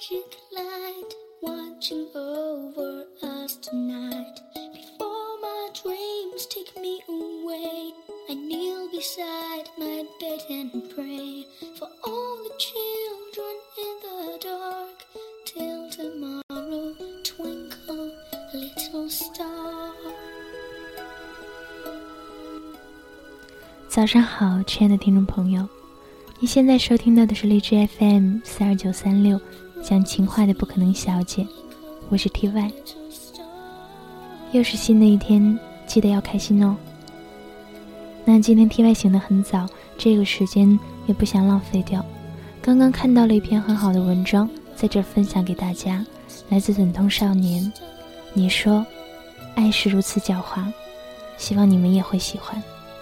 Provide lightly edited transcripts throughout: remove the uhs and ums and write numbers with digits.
magic light watching over us tonight. Before my dreams take me away, I kneel beside my bed and pray for all the children in the dark. Till tomorrow, twinkle, little star. 早上好，亲爱的听众朋友，你现在收听到的是荔枝 FM 42936讲情话的不可能小姐，我是 TY。 又是新的一天，记得要开心哦。那今天 TY 醒得很早，这个时间也不想浪费掉，刚刚看到了一篇很好的文章，在这分享给大家，来自忍痛少年。你说爱是如此狡猾，希望你们也会喜欢。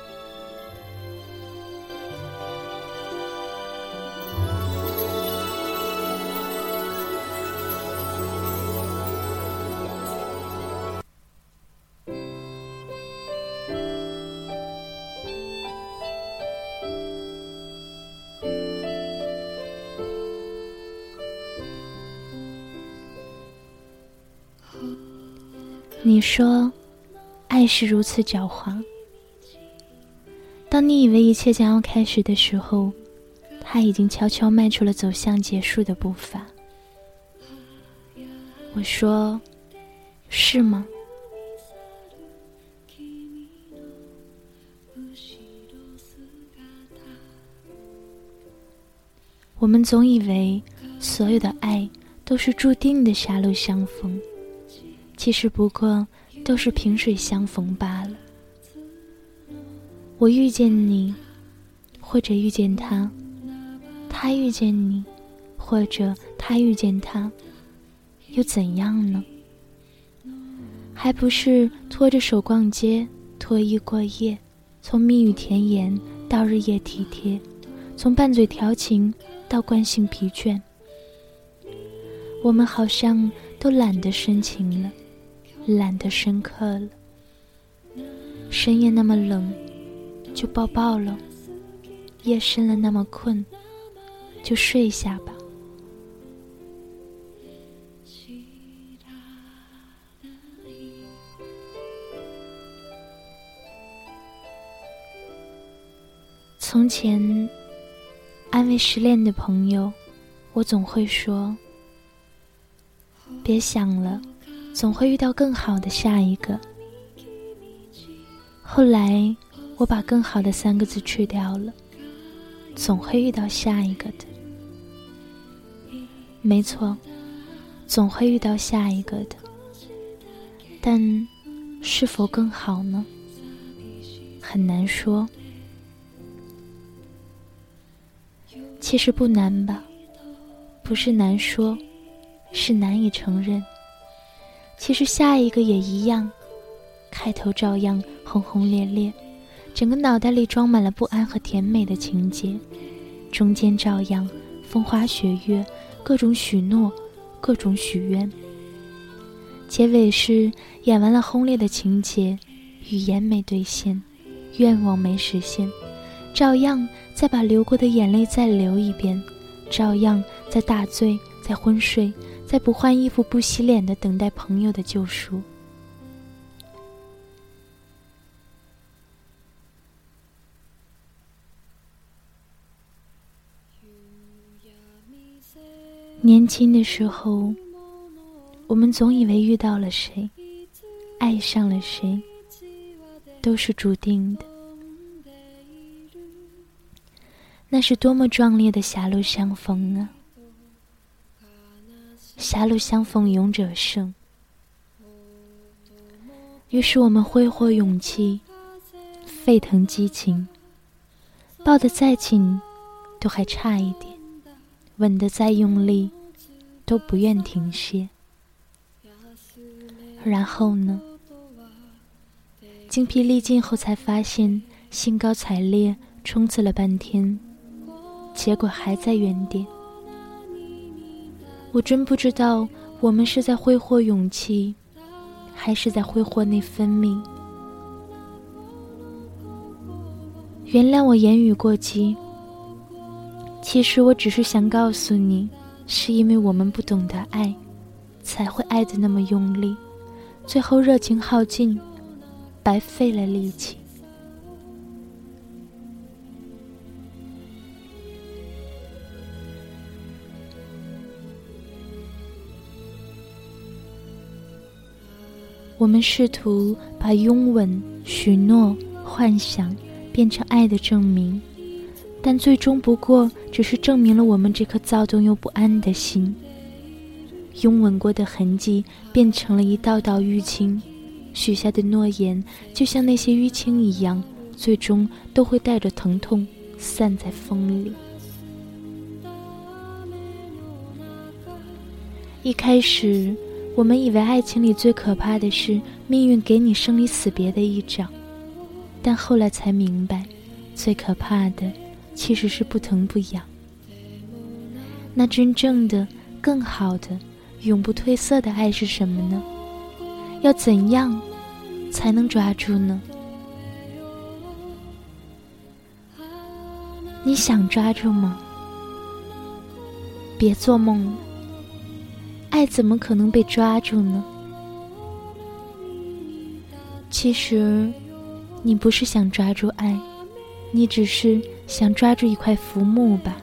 你说爱是如此狡猾，当你以为一切将要开始的时候，它已经悄悄迈出了走向结束的步伐。我说是吗？我们总以为所有的爱都是注定的狭路相逢，其实不过都是萍水相逢罢了。我遇见你，或者遇见他，他遇见你，或者他遇见他，又怎样呢？还不是拖着手逛街，脱衣过夜，从蜜语甜言到日夜体贴，从拌嘴调情到惯性疲倦。我们好像都懒得深情了，懒得深刻了。深夜那么冷，就抱抱了；夜深了那么困，就睡下吧。从前安慰失恋的朋友，我总会说别想了，总会遇到更好的下一个。后来我把更好的3个字去掉了，总会遇到下一个的。没错，总会遇到下一个的，但是否更好呢？很难说。其实不难吧，不是难说，是难以承认。其实下一个也一样，开头照样轰轰烈烈，整个脑袋里装满了不安和甜美的情节，中间照样风花雪月，各种许诺，各种许愿。结尾是演完了轰烈的情节，语言没兑现，愿望没实现，照样再把流过的眼泪再流一遍，照样在大醉，在昏睡，在不换衣服不洗脸的等待朋友的救赎。年轻的时候，我们总以为遇到了谁，爱上了谁，都是注定的。那是多么壮烈的狭路相逢啊！狭路相逢勇者胜。于是我们挥霍勇气，沸腾激情，抱得再紧都还差一点，吻得再用力都不愿停歇。然后呢？精疲力尽后才发现，兴高采烈冲刺了半天，结果还在原点。我真不知道我们是在挥霍勇气，还是在挥霍内分泌。原谅我言语过激，其实我只是想告诉你， 是因为我们不懂得爱，才会爱得那么用力，最后热情耗尽，白费了力气。我们试图把拥吻、许诺、幻想变成爱的证明，但最终不过只是证明了我们这颗躁动又不安的心。拥吻过的痕迹变成了一道道淤青，许下的诺言就像那些淤青一样，最终都会带着疼痛散在风里。一开始我们以为爱情里最可怕的是命运给你生离死别的一掌，但后来才明白，最可怕的其实是不疼不痒。那真正的、更好的、永不褪色的爱是什么呢？要怎样才能抓住呢？你想抓住吗？别做梦了，爱怎么可能被抓住呢？其实你不是想抓住爱，你只是想抓住一块浮木吧，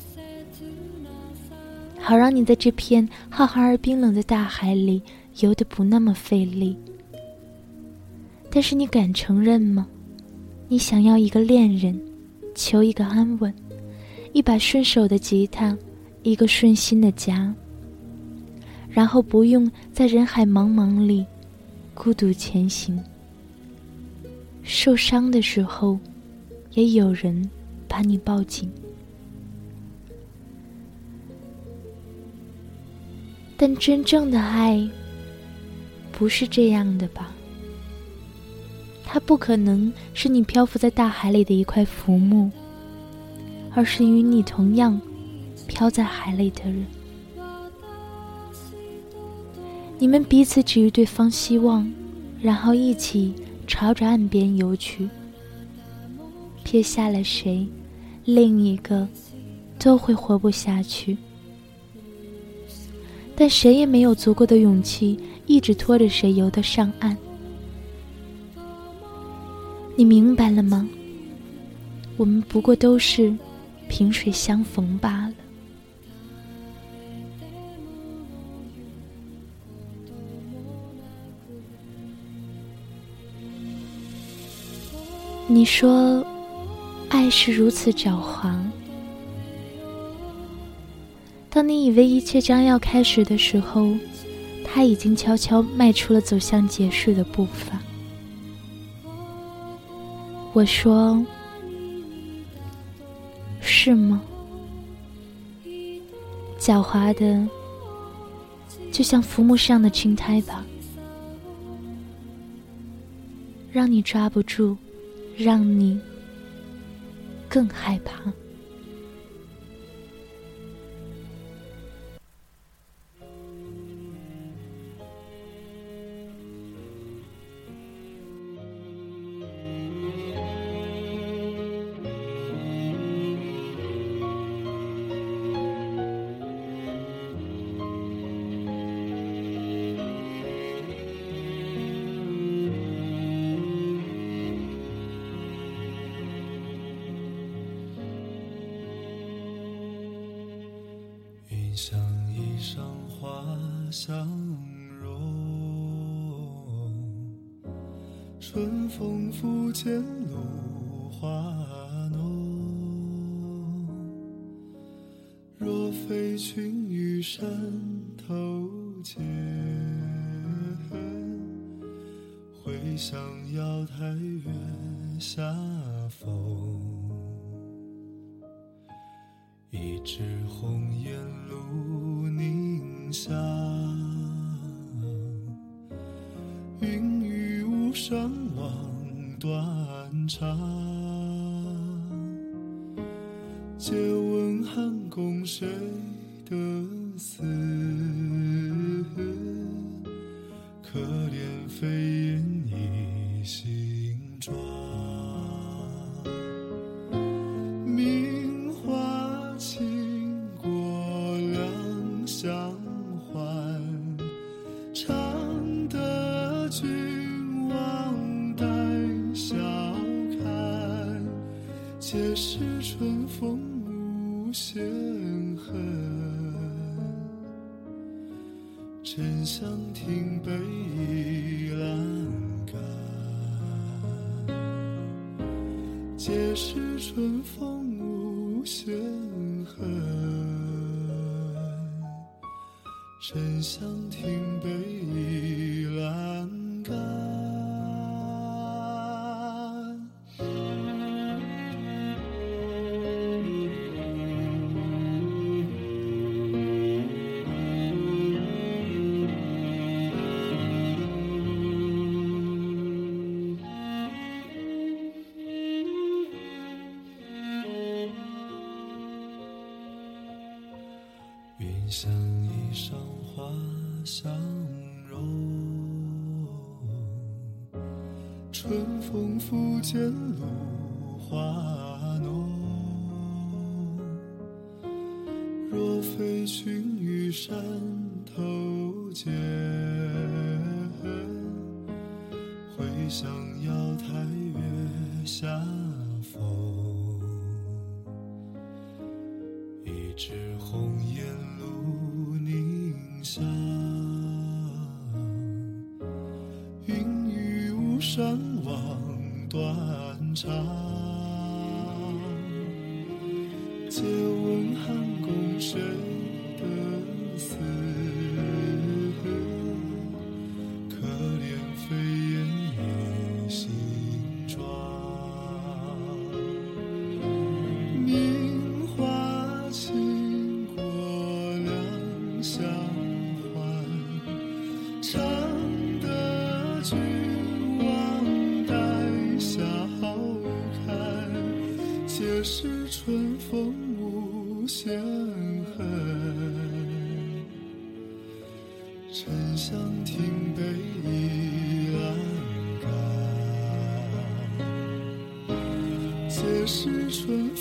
好让你在这片浩瀚而冰冷的大海里游得不那么费力。但是你敢承认吗？你想要一个恋人，求一个安稳，一把顺手的吉他，一个顺心的家，然后不用在人海茫茫里孤独前行。受伤的时候，也有人把你抱紧。但真正的爱不是这样的吧？它不可能是你漂浮在大海里的一块浮木，而是与你同样漂在海里的人。你们彼此给予对方希望，然后一起朝着岸边游去。撇下了谁，另一个都会活不下去。但谁也没有足够的勇气一直拖着谁游得上岸。你明白了吗？我们不过都是萍水相逢罢了。你说爱是如此狡猾，当你以为一切将要开始的时候，它已经悄悄迈出了走向结束的步伐。我说，是吗？狡猾的就像浮木上的青苔吧，让你抓不住，让你更害怕。 像一裳花相融，春风拂槛露华浓。若非群玉山头见，会向瑶台月下逢。一枝红颜露凝香，云雨巫山望断肠。借问汉宫谁得似？可怜飞燕倚新妆。名花倾国两皆是春风无限恨。沉香亭北倚栏杆，皆是春风无限恨。沉香亭北倚栏杆。云想衣裳花相融，春风拂槛露华浓。若非群玉山头见，会向瑶台月下逢。一枝红艳露凝香，云雨巫山望断肠。借问汉宫谁得似？可怜飞燕倚新妆。名花倾国两相还，常得君王带笑看。皆是春风无限恨。沉香亭北倚栏杆，皆是春